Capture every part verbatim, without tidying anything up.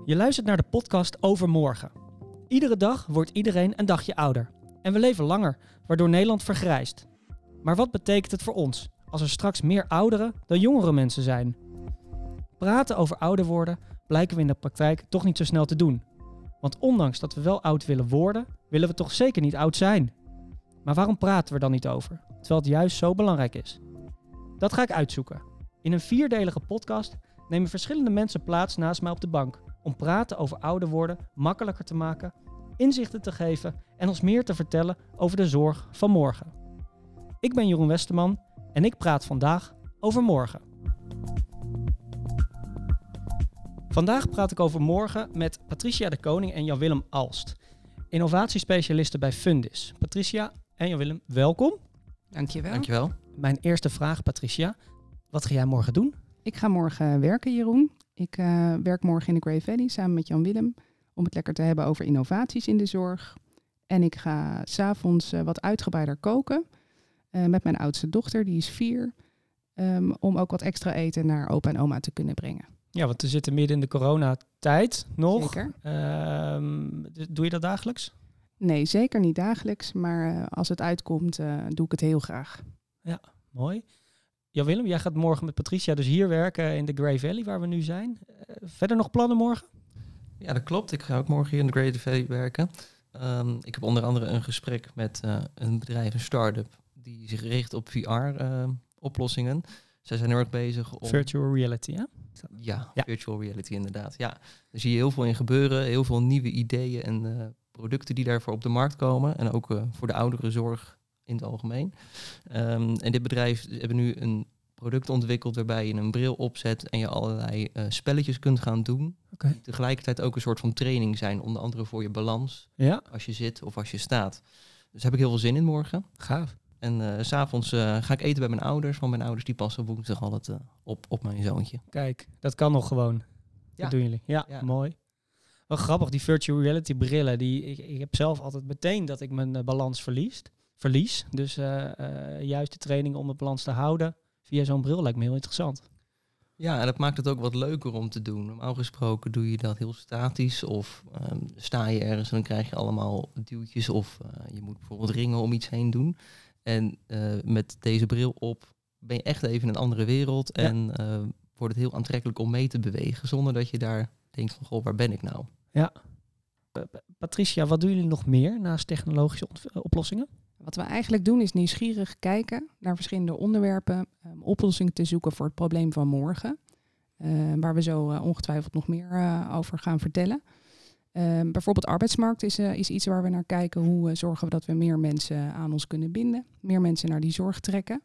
Je luistert naar de podcast Over Morgen. Iedere dag wordt iedereen een dagje ouder. En we leven langer, waardoor Nederland vergrijst. Maar wat betekent het voor ons als er straks meer ouderen dan jongere mensen zijn? Praten over ouder worden blijken we in de praktijk toch niet zo snel te doen. Want ondanks dat we wel oud willen worden, willen we toch zeker niet oud zijn. Maar waarom praten we er dan niet over, terwijl het juist zo belangrijk is? Dat ga ik uitzoeken. In een vierdelige podcast nemen verschillende mensen plaats naast mij op de bank om praten over ouder worden makkelijker te maken, inzichten te geven en ons meer te vertellen over de zorg van morgen. Ik ben Jeroen Westerman en ik praat vandaag over morgen. Vandaag praat ik over morgen met Patricia de Koning en Jan-Willem Alst, innovatiespecialisten bij Fundis. Patricia en Jan-Willem, welkom. Dankjewel. Dankjewel. Mijn eerste vraag, Patricia. Wat ga jij morgen doen? Ik ga morgen werken, Jeroen. Ik uh, werk morgen in de Grey Valley samen met Jan-Willem om het lekker te hebben over innovaties in de zorg. En ik ga 's avonds uh, wat uitgebreider koken uh, met mijn oudste dochter, die is vier, um, om ook wat extra eten naar opa en oma te kunnen brengen. Ja, want we zitten midden in de coronatijd nog. Zeker. Um, doe je dat dagelijks? Nee, zeker niet dagelijks, maar uh, als het uitkomt, uh, doe ik het heel graag. Ja, mooi. Jan-Willem, jij gaat morgen met Patricia dus hier werken in de Grey Valley, waar we nu zijn. Uh, verder nog plannen morgen? Ja, dat klopt. Ik ga ook morgen hier in de Grey Valley werken. Um, ik heb onder andere een gesprek met uh, een bedrijf, een start-up, die zich richt op V R-oplossingen. Uh, Zij zijn heel erg bezig om... Virtual reality, hè? Ja, ja, virtual reality inderdaad. Ja, daar zie je heel veel in gebeuren, heel veel nieuwe ideeën en uh, producten die daarvoor op de markt komen. En ook uh, voor de ouderenzorg in het algemeen. Um, en dit bedrijf hebben nu een product ontwikkeld waarbij je een bril opzet en je allerlei uh, spelletjes kunt gaan doen. Okay. Die tegelijkertijd ook een soort van training zijn, onder andere voor je balans. Ja. Als je zit of als je staat. Dus daar heb ik heel veel zin in morgen. Gaaf. En uh, 's avonds uh, ga ik eten bij mijn ouders, want mijn ouders die passen woensdag altijd uh, op, op mijn zoontje. Kijk, dat kan nog gewoon. Ja. Dat doen jullie. Ja, ja, mooi. Wel grappig, die virtual reality brillen. Die, ik, ik heb zelf altijd meteen dat ik mijn uh, balans verlies. verlies. Dus uh, uh, juist de training om de balans te houden via zo'n bril lijkt me heel interessant. Ja, en dat maakt het ook wat leuker om te doen. Normaal gesproken doe je dat heel statisch of um, sta je ergens en dan krijg je allemaal duwtjes of uh, je moet bijvoorbeeld ringen om iets heen doen. En uh, met deze bril op ben je echt even in een andere wereld ja. en uh, wordt het heel aantrekkelijk om mee te bewegen zonder dat je daar denkt van, goh, waar ben ik nou? Ja. Uh, Patricia, wat doen jullie nog meer naast technologische ont- oplossingen? Wat we eigenlijk doen is nieuwsgierig kijken naar verschillende onderwerpen, um, oplossingen te zoeken voor het probleem van morgen. Uh, waar we zo uh, ongetwijfeld nog meer uh, over gaan vertellen. Uh, bijvoorbeeld arbeidsmarkt is, uh, is iets waar we naar kijken. Hoe uh, zorgen we dat we meer mensen aan ons kunnen binden. Meer mensen naar die zorg trekken.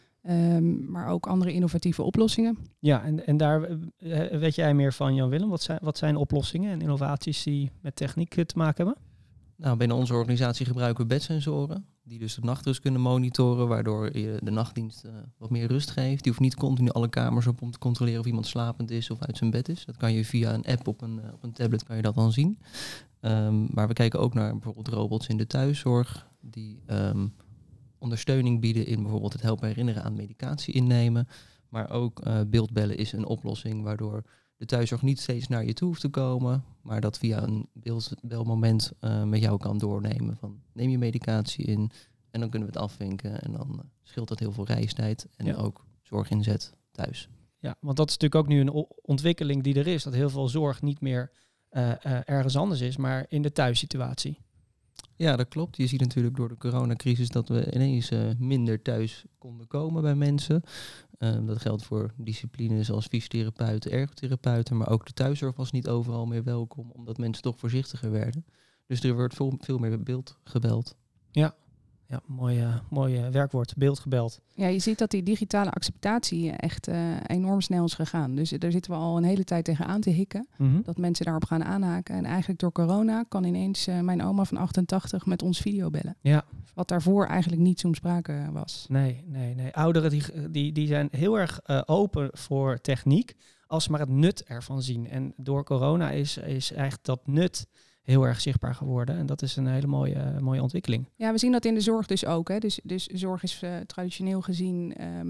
Um, maar ook andere innovatieve oplossingen. Ja, en, en daar uh, weet jij meer van, Jan-Willem. Wat zijn, wat zijn oplossingen en innovaties die met techniek te maken hebben? Nou, binnen onze organisatie gebruiken we bedsensoren. Die dus de nachtrust kunnen monitoren, waardoor je de nachtdienst uh, wat meer rust geeft. Je hoeft niet continu alle kamers op om te controleren of iemand slapend is of uit zijn bed is. Dat kan je via een app op een, uh, op een tablet kan je dat dan zien. Um, maar we kijken ook naar bijvoorbeeld robots in de thuiszorg die um, ondersteuning bieden in bijvoorbeeld het helpen herinneren aan medicatie innemen. Maar ook uh, beeldbellen is een oplossing waardoor de thuiszorg niet steeds naar je toe hoeft te komen, maar dat via een beeldbelmoment uh, met jou kan doornemen. Van neem je medicatie in en dan kunnen we het afvinken. En dan uh, scheelt dat heel veel reistijd en ja. ook zorginzet thuis. Ja, want dat is natuurlijk ook nu een ontwikkeling die er is. Dat heel veel zorg niet meer uh, uh, ergens anders is, maar in de thuissituatie. Ja, dat klopt. Je ziet natuurlijk door de coronacrisis dat we ineens uh, minder thuis konden komen bij mensen. Uh, dat geldt voor disciplines als fysiotherapeuten, ergotherapeuten, maar ook de thuiszorg was niet overal meer welkom, omdat mensen toch voorzichtiger werden. Dus er wordt veel, veel meer beeld gebeld. Ja, ja mooi, uh, mooi uh, werkwoord, beeldgebeld. Ja, je ziet dat die digitale acceptatie echt uh, enorm snel is gegaan. Dus daar zitten we al een hele tijd tegen aan te hikken. Mm-hmm. Dat mensen daarop gaan aanhaken. En eigenlijk door corona kan ineens uh, mijn oma van achtentachtig met ons videobellen. Ja. Wat daarvoor eigenlijk niet zo'n sprake was. Nee, nee, nee. Ouderen die, die, die zijn heel erg uh, open voor techniek, als ze maar het nut ervan zien. En door corona is, is eigenlijk dat nut heel erg zichtbaar geworden. En dat is een hele mooie, uh, mooie ontwikkeling. Ja, we zien dat in de zorg dus ook. Hè. Dus, dus zorg is uh, traditioneel gezien um,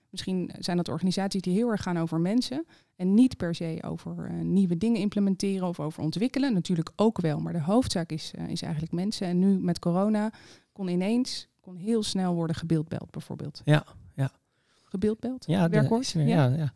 Misschien zijn dat organisaties die heel erg gaan over mensen en niet per se over uh, nieuwe dingen implementeren of over ontwikkelen. Natuurlijk ook wel, maar de hoofdzaak is, uh, is eigenlijk mensen. En nu met corona kon ineens, kon heel snel worden gebeeldbeld bijvoorbeeld. Ja, ja. Gebeeldbeld? Ja, werkwoord? De, ja, ja.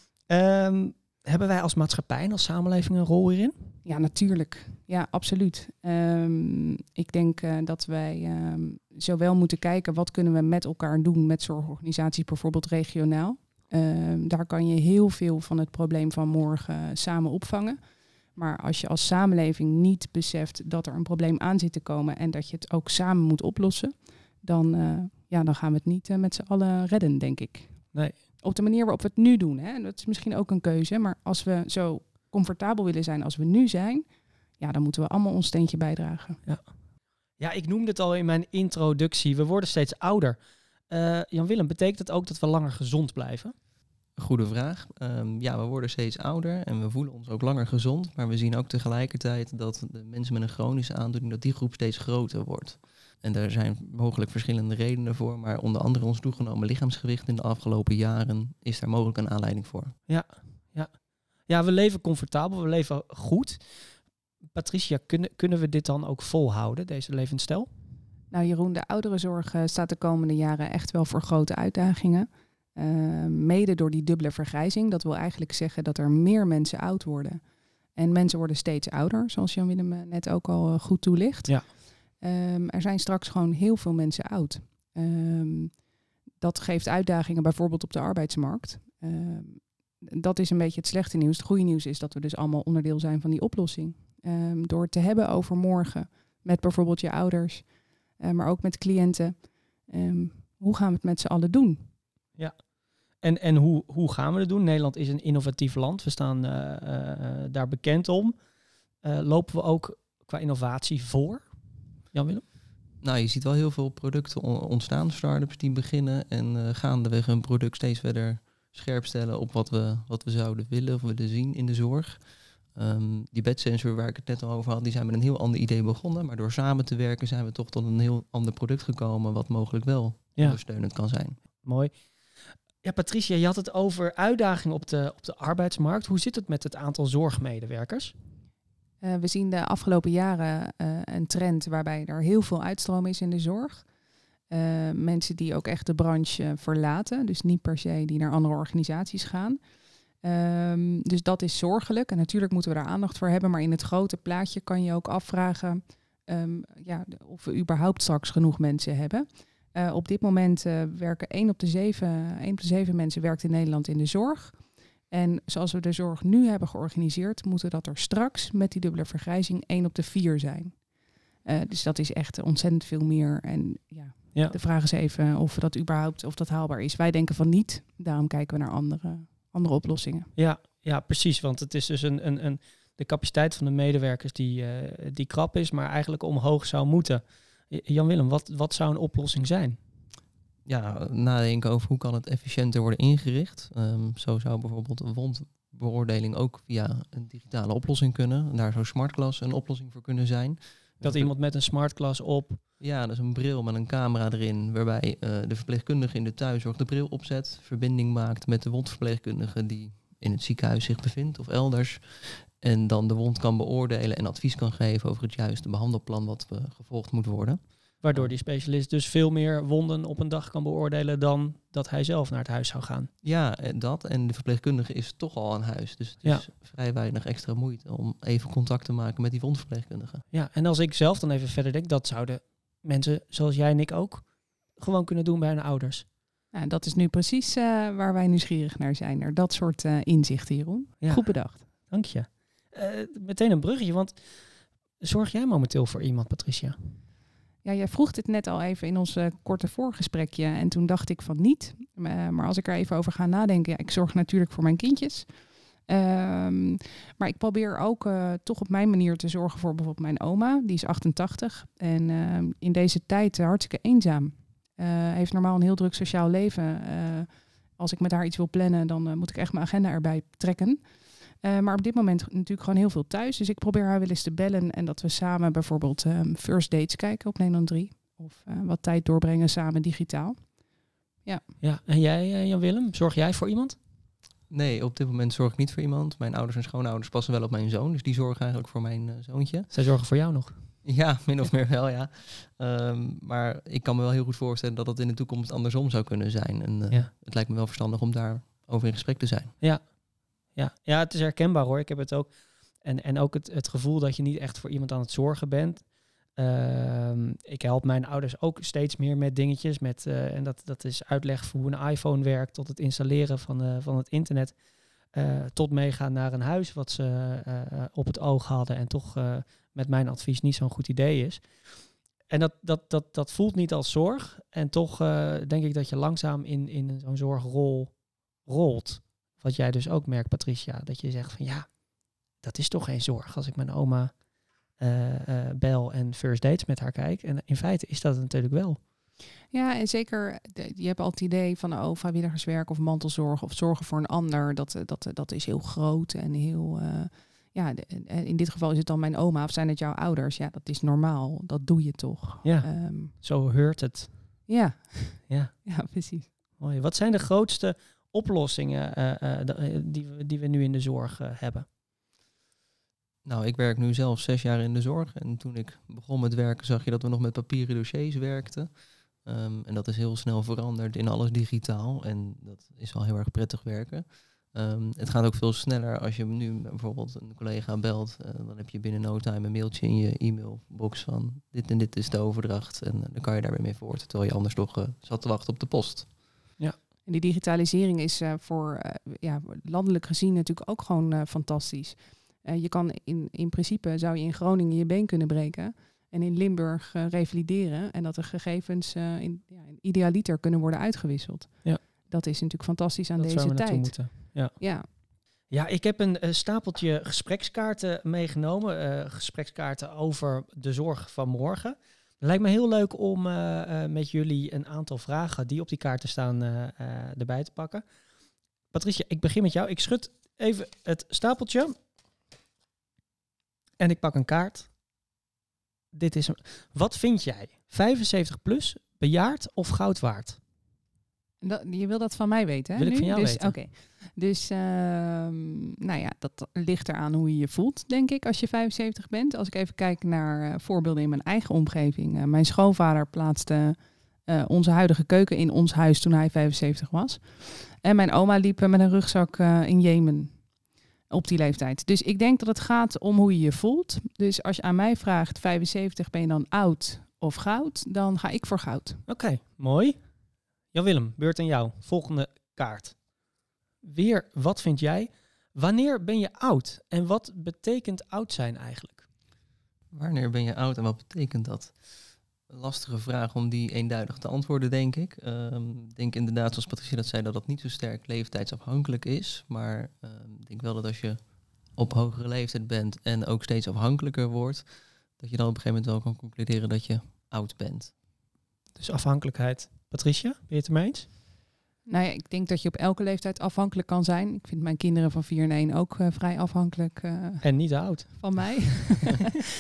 ja. Um, hebben wij als maatschappij en als samenleving een rol hierin? Ja, natuurlijk. Ja, absoluut. Um, ik denk uh, dat wij um, zowel moeten kijken wat kunnen we met elkaar doen met zorgorganisaties, bijvoorbeeld regionaal. Um, daar kan je heel veel van het probleem van morgen samen opvangen. Maar als je als samenleving niet beseft dat er een probleem aan zit te komen en dat je het ook samen moet oplossen, dan, uh, ja, dan gaan we het niet uh, met z'n allen redden, denk ik. Nee. Op de manier waarop we het nu doen. Hè? Dat is misschien ook een keuze. Maar als we zo comfortabel willen zijn als we nu zijn, ja, dan moeten we allemaal ons steentje bijdragen. Ja, ja, ik noemde het al in mijn introductie. We worden steeds ouder. Uh, Jan-Willem, betekent het ook dat we langer gezond blijven? Goede vraag. Um, ja, we worden steeds ouder en we voelen ons ook langer gezond. Maar we zien ook tegelijkertijd dat de mensen met een chronische aandoening, dat die groep steeds groter wordt. En daar zijn mogelijk verschillende redenen voor. Maar onder andere ons toegenomen lichaamsgewicht in de afgelopen jaren is daar mogelijk een aanleiding voor. Ja, ja. ja we leven comfortabel, we leven goed. Patricia, kunnen, kunnen we dit dan ook volhouden, deze levensstijl? Nou Jeroen, de ouderenzorg uh, staat de komende jaren echt wel voor grote uitdagingen. Uh, mede door die dubbele vergrijzing. Dat wil eigenlijk zeggen dat er meer mensen oud worden. En mensen worden steeds ouder, zoals Jan-Willem net ook al uh, goed toelicht. Ja. Um, er zijn straks gewoon heel veel mensen oud. Um, dat geeft uitdagingen bijvoorbeeld op de arbeidsmarkt. Um, dat is een beetje het slechte nieuws. Het goede nieuws is dat we dus allemaal onderdeel zijn van die oplossing. Um, door het te hebben over morgen met bijvoorbeeld je ouders, uh, maar ook met cliënten. Um, hoe gaan we het met z'n allen doen? Ja, en, en hoe, hoe gaan we het doen? Nederland is een innovatief land. We staan uh, uh, daar bekend om. Uh, lopen we ook qua innovatie voor? Jan-Willem? Nou, je ziet wel heel veel producten ontstaan, start-ups die beginnen en uh, gaandeweg hun product steeds verder scherp stellen op wat we, wat we zouden willen of willen zien in de zorg. Um, die bedsensor waar ik het net al over had, die zijn met een heel ander idee begonnen. Maar door samen te werken zijn we toch tot een heel ander product gekomen wat mogelijk wel ja. ondersteunend kan zijn. Mooi. Ja, Patricia, je had het over uitdagingen op de, op de arbeidsmarkt. Hoe zit het met het aantal zorgmedewerkers? Uh, we zien de afgelopen jaren uh, een trend waarbij er heel veel uitstroom is in de zorg. Uh, mensen die ook echt de branche uh, verlaten, dus niet per se die naar andere organisaties gaan. Um, dus dat is zorgelijk en natuurlijk moeten we daar aandacht voor hebben. Maar in het grote plaatje kan je ook afvragen um, ja, of we überhaupt straks genoeg mensen hebben. Uh, op dit moment uh, werken één op de zeven, één op de zeven mensen werkt in Nederland in de zorg. En zoals we de zorg nu hebben georganiseerd, moeten dat er straks met die dubbele vergrijzing één op de vier zijn. Uh, dus dat is echt ontzettend veel meer. En ja, ja, de vraag is even of dat überhaupt of dat haalbaar is. Wij denken van niet, daarom kijken we naar andere, andere oplossingen. Ja, ja, precies. Want het is dus een, een, een, de capaciteit van de medewerkers die, uh, die krap is, maar eigenlijk omhoog zou moeten. Jan-Willem, wat, wat zou een oplossing zijn? Ja, nadenken over hoe kan het efficiënter worden ingericht. Um, zo zou bijvoorbeeld een wondbeoordeling ook via een digitale oplossing kunnen. En daar zou SmartGlass een oplossing voor kunnen zijn. Dat uh, iemand met een SmartGlass op... Ja, dat is een bril met een camera erin, waarbij uh, de verpleegkundige in de thuiszorg de bril opzet, verbinding maakt met de wondverpleegkundige die in het ziekenhuis zich bevindt of elders. En dan de wond kan beoordelen en advies kan geven over het juiste behandelplan wat uh, gevolgd moet worden. Waardoor die specialist dus veel meer wonden op een dag kan beoordelen dan dat hij zelf naar het huis zou gaan. Ja, dat. En de verpleegkundige is toch al aan huis. Dus het is ja. vrij weinig extra moeite om even contact te maken met die wondverpleegkundige. Ja, en als ik zelf dan even verder denk, dat zouden mensen zoals jij en ik ook gewoon kunnen doen bij hun ouders. Ja, dat is nu precies uh, waar wij nieuwsgierig naar zijn. Naar dat soort uh, inzichten, Jeroen. Ja. Goed bedacht. Dank je. Uh, meteen een bruggetje, want zorg jij momenteel voor iemand, Patricia? Ja, jij vroeg dit net al even in ons uh, korte voorgesprekje en toen dacht ik van niet. Uh, maar als ik er even over ga nadenken, ja, ik zorg natuurlijk voor mijn kindjes. Um, maar ik probeer ook uh, toch op mijn manier te zorgen voor bijvoorbeeld mijn oma. Die is achtentachtig en uh, in deze tijd uh, hartstikke eenzaam. Uh, heeft normaal een heel druk sociaal leven. Uh, als ik met haar iets wil plannen, dan uh, moet ik echt mijn agenda erbij trekken. Uh, maar op dit moment natuurlijk gewoon heel veel thuis. Dus ik probeer haar wel eens te bellen en dat we samen bijvoorbeeld um, First Dates kijken op Nederland drie. Of uh, wat tijd doorbrengen samen digitaal. Ja. Ja, en jij, uh, Jan-Willem, zorg jij voor iemand? Nee, op dit moment zorg ik niet voor iemand. Mijn ouders en schoonouders passen wel op mijn zoon. Dus die zorgen eigenlijk voor mijn uh, zoontje. Zij zorgen voor jou nog? Ja, min of meer wel, ja. Um, maar ik kan me wel heel goed voorstellen dat dat in de toekomst andersom zou kunnen zijn. En uh, ja. Het lijkt me wel verstandig om daarover in gesprek te zijn. Ja, ja. ja het is herkenbaar hoor. Ik heb het ook. En, en ook het, het gevoel dat je niet echt voor iemand aan het zorgen bent. Uh, ik help mijn ouders ook steeds meer met dingetjes. Met, uh, en dat, dat is uitleg voor hoe een iPhone werkt, tot het installeren van, uh, van het internet. Uh, tot meegaan naar een huis wat ze uh, op het oog hadden en toch uh, met mijn advies niet zo'n goed idee is. En dat, dat, dat, dat voelt niet als zorg. En toch uh, denk ik dat je langzaam in, in zo'n zorgrol rolt. Wat jij dus ook merkt, Patricia. Dat je zegt van ja, dat is toch geen zorg als ik mijn oma uh, uh, bel en first dates met haar kijk. En in feite is dat natuurlijk wel. Ja, en zeker, je hebt al het idee van oh, vrijwilligerswerk of mantelzorg of zorgen voor een ander. Dat, dat, dat is heel groot en heel... Uh, ja, de, in dit geval is het dan mijn oma of zijn het jouw ouders. Ja, dat is normaal. Dat doe je toch. Ja, um, zo hoort het. Ja. Ja. Ja, precies. Mooi. Wat zijn de grootste oplossingen uh, uh, die, we, die we nu in de zorg uh, hebben? Nou, ik werk nu zelf zes jaar in de zorg. En toen ik begon met werken zag je dat we nog met papieren dossiers werkten. Um, en dat is heel snel veranderd in alles digitaal. En dat is wel heel erg prettig werken. Um, het gaat ook veel sneller als je nu bijvoorbeeld een collega belt. Uh, dan heb je binnen no time een mailtje in je e-mailbox van dit en dit is de overdracht. En uh, dan kan je daar weer mee voort. Terwijl je anders nog uh, zat te wachten op de post. Ja. En die digitalisering is uh, voor uh, ja, landelijk gezien natuurlijk ook gewoon uh, fantastisch. Uh, je kan in, in principe, zou je in Groningen je been kunnen breken en in Limburg uh, revalideren en dat de gegevens uh, in, ja, in idealiter kunnen worden uitgewisseld. Ja. Dat is natuurlijk fantastisch aan dat deze tijd. Moeten. Ja. Ja. Ja, ik heb een uh, stapeltje gesprekskaarten meegenomen. Uh, gesprekskaarten over de zorg van morgen. Het lijkt me heel leuk om uh, uh, met jullie een aantal vragen die op die kaarten staan uh, uh, erbij te pakken. Patricia, ik begin met jou. Ik schud even het stapeltje. En ik pak een kaart. Dit is een... Wat vind jij? vijfenzeventig plus, bejaard of goud waard? Dat, je wil dat van mij weten, hè? Wil ik nu? van jou dus, weten. Oké. Okay. Dus, uh, nou ja, dat ligt eraan hoe je je voelt, denk ik, als je vijfenzeventig bent. Als ik even kijk naar uh, voorbeelden in mijn eigen omgeving. Uh, mijn schoonvader plaatste uh, onze huidige keuken in ons huis toen hij vijfenzeventig was. En mijn oma liep uh, met een rugzak uh, in Jemen op die leeftijd. Dus ik denk dat het gaat om hoe je je voelt. Dus als je aan mij vraagt, vijfenzeventig, ben je dan oud of goud? Dan ga ik voor goud. Oké, okay, mooi. Jan-Willem, beurt aan jou. Volgende kaart. Weer, wat vind jij? Wanneer ben je oud? En wat betekent oud zijn eigenlijk? Wanneer ben je oud en wat betekent dat? Een lastige vraag om die eenduidig te antwoorden, denk ik. Ik um, denk inderdaad, zoals Patricia dat zei, dat dat niet zo sterk leeftijdsafhankelijk is. Maar ik um, denk wel dat als je op hogere leeftijd bent en ook steeds afhankelijker wordt, dat je dan op een gegeven moment wel kan concluderen dat je oud bent. Dus afhankelijkheid. Patricia, ben je het ermee eens? Nou ja, ik denk dat je op elke leeftijd afhankelijk kan zijn. Ik vind mijn kinderen van vier en één ook uh, vrij afhankelijk. Uh, en niet oud. Van mij. uh,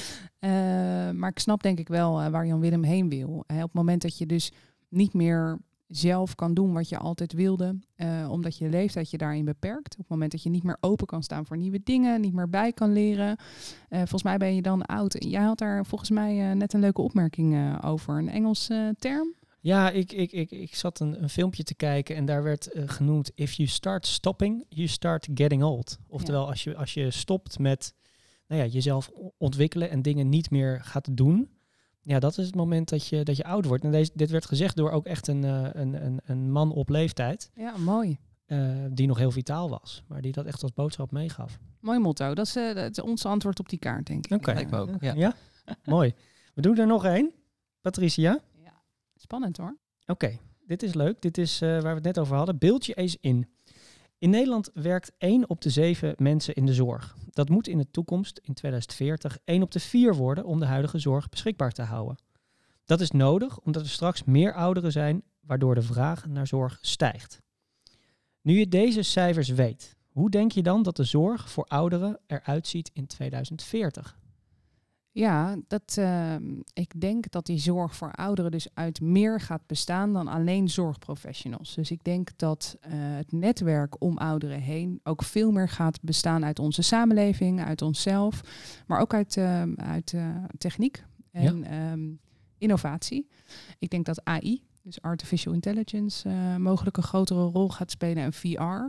maar ik snap denk ik wel uh, waar Jan-Willem heen wil. Uh, op het moment dat je dus niet meer zelf kan doen wat je altijd wilde, uh, omdat je leeftijd je daarin beperkt. Op het moment dat je niet meer open kan staan voor nieuwe dingen, niet meer bij kan leren. Uh, volgens mij ben je dan oud. Jij had daar volgens mij uh, net een leuke opmerking uh, over. Een Engels uh, term? Ja, ik, ik, ik, ik zat een, een filmpje te kijken en daar werd uh, genoemd if you start stopping, you start getting old. Oftewel, ja. als, je, als je stopt met nou ja, jezelf ontwikkelen en dingen niet meer gaat doen, ja, dat is het moment dat je, dat je oud wordt. En deze, dit werd gezegd door ook echt een, uh, een, een, een man op leeftijd. Ja, mooi. Uh, die nog heel vitaal was, maar die dat echt als boodschap meegaf. Mooi motto. Dat is, uh, dat is ons antwoord op die kaart, denk ik. Oké. Okay. Ja, ook. Ja. ja? Mooi. We doen er nog één. Patricia? Ja. Spannend hoor. Oké, okay. Dit is leuk. Dit is uh, waar we het net over hadden. Beeld je eens in. In Nederland werkt één op de zeven mensen in de zorg. Dat moet in de toekomst, in tweeduizend veertig, één op de vier worden om de huidige zorg beschikbaar te houden. Dat is nodig omdat er straks meer ouderen zijn, waardoor de vraag naar zorg stijgt. Nu je deze cijfers weet, hoe denk je dan dat de zorg voor ouderen eruit ziet in tweeduizend veertig? Ja, dat, uh, ik denk dat die zorg voor ouderen dus uit meer gaat bestaan dan alleen zorgprofessionals. Dus ik denk dat uh, het netwerk om ouderen heen ook veel meer gaat bestaan uit onze samenleving, uit onszelf, maar ook uit, uh, uit uh, techniek en ja. um, innovatie. Ik denk dat A I, dus artificial intelligence, uh, mogelijk een grotere rol gaat spelen en V R.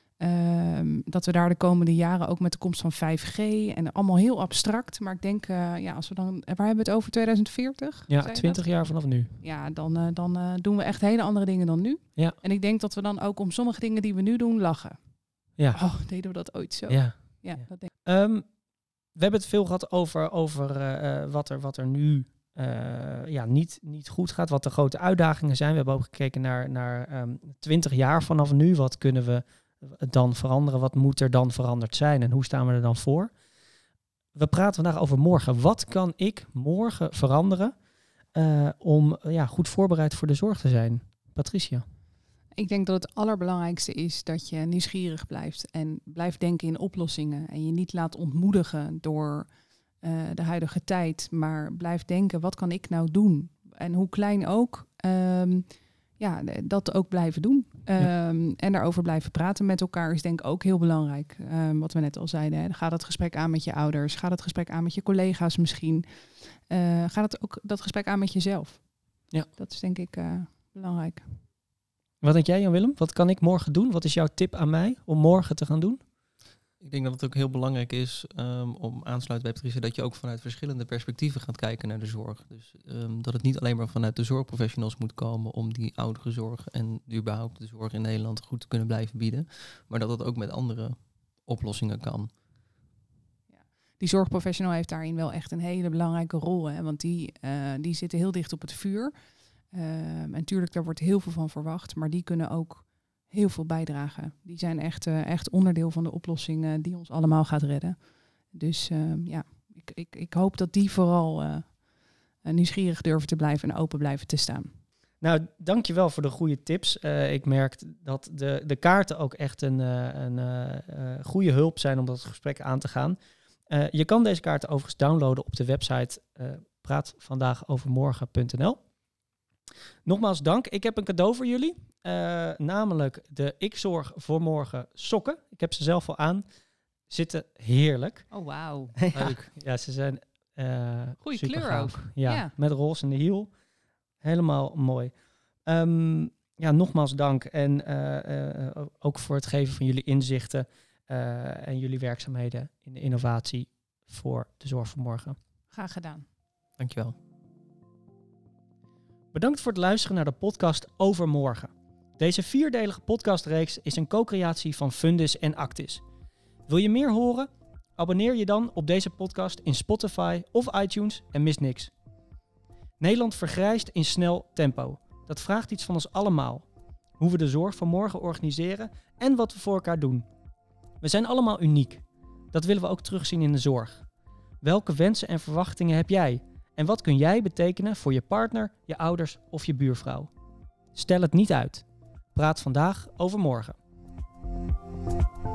Um, dat we daar de komende jaren ook met de komst van vijf G en allemaal heel abstract. Maar ik denk, uh, ja, als we dan, waar hebben we het over, twintig veertig? Ja, twintig jaar vanaf nu. Ja, dan, uh, dan uh, doen we echt hele andere dingen dan nu. Ja. En ik denk dat we dan ook om sommige dingen die we nu doen lachen. Ja. Oh, deden we dat ooit zo? Ja. Ja, ja. Dat denk ik. Um, we hebben het veel gehad over, over uh, wat, er, wat er nu uh, ja, niet, niet goed gaat. Wat de grote uitdagingen zijn. We hebben ook gekeken naar, naar um, twintig jaar vanaf nu. Wat kunnen we dan veranderen? Wat moet er dan veranderd zijn? En hoe staan we er dan voor? We praten vandaag over morgen. Wat kan ik morgen veranderen uh, om uh, ja, goed voorbereid voor de zorg te zijn? Patricia? Ik denk dat het allerbelangrijkste is dat je nieuwsgierig blijft en blijft denken in oplossingen. En je niet laat ontmoedigen door uh, de huidige tijd, maar blijf denken, wat kan ik nou doen? En hoe klein ook, um, ja, dat ook blijven doen. Ja. Um, en daarover blijven praten met elkaar is denk ik ook heel belangrijk. Um, wat we net al zeiden, hè. Ga dat gesprek aan met je ouders. Ga dat gesprek aan met je collega's misschien. Uh, ga dat ook dat gesprek aan met jezelf. Ja. Dat is denk ik uh, belangrijk. Wat denk jij, Jan-Willem? Wat kan ik morgen doen? Wat is jouw tip aan mij om morgen te gaan doen? Ik denk dat het ook heel belangrijk is um, om aansluiten bij Patricia, dat je ook vanuit verschillende perspectieven gaat kijken naar de zorg. Dus um, dat het niet alleen maar vanuit de zorgprofessionals moet komen om die ouderenzorg en überhaupt de zorg in Nederland goed te kunnen blijven bieden, maar dat het ook met andere oplossingen kan. Ja. Die zorgprofessional heeft daarin wel echt een hele belangrijke rol, hè? Want die, uh, die zitten heel dicht op het vuur. Uh, en natuurlijk, daar wordt heel veel van verwacht, maar die kunnen ook heel veel bijdragen. Die zijn echt, uh, echt onderdeel van de oplossing uh, die ons allemaal gaat redden. Dus uh, ja, ik, ik, ik hoop dat die vooral uh, nieuwsgierig durven te blijven en open blijven te staan. Nou, dankjewel voor de goede tips. Uh, ik merk dat de, de kaarten ook echt een, uh, een uh, uh, goede hulp zijn om dat gesprek aan te gaan. Uh, je kan deze kaarten overigens downloaden op de website uh, praat vandaag over morgen punt n l. Nogmaals dank. Ik heb een cadeau voor jullie. Uh, namelijk de Ik Zorg voor Morgen sokken. Ik heb ze zelf al aan. Zitten heerlijk. Oh, wauw. Ja, leuk. Ja, ze zijn uh, goeie super kleur gaaf. ook. Ja, ja, met roze in de hiel. Helemaal mooi. Um, ja, nogmaals dank. En uh, uh, ook voor het geven van jullie inzichten uh, en jullie werkzaamheden in de innovatie voor de zorg voor morgen. Graag gedaan. Dankjewel. Bedankt voor het luisteren naar de podcast Over Morgen. Deze vierdelige podcastreeks is een co-creatie van Fundis en Actis. Wil je meer horen? Abonneer je dan op deze podcast in Spotify of iTunes en mis niks. Nederland vergrijst in snel tempo. Dat vraagt iets van ons allemaal. Hoe we de zorg van morgen organiseren en wat we voor elkaar doen. We zijn allemaal uniek. Dat willen we ook terugzien in de zorg. Welke wensen en verwachtingen heb jij? En wat kun jij betekenen voor je partner, je ouders of je buurvrouw? Stel het niet uit. Praat vandaag over morgen.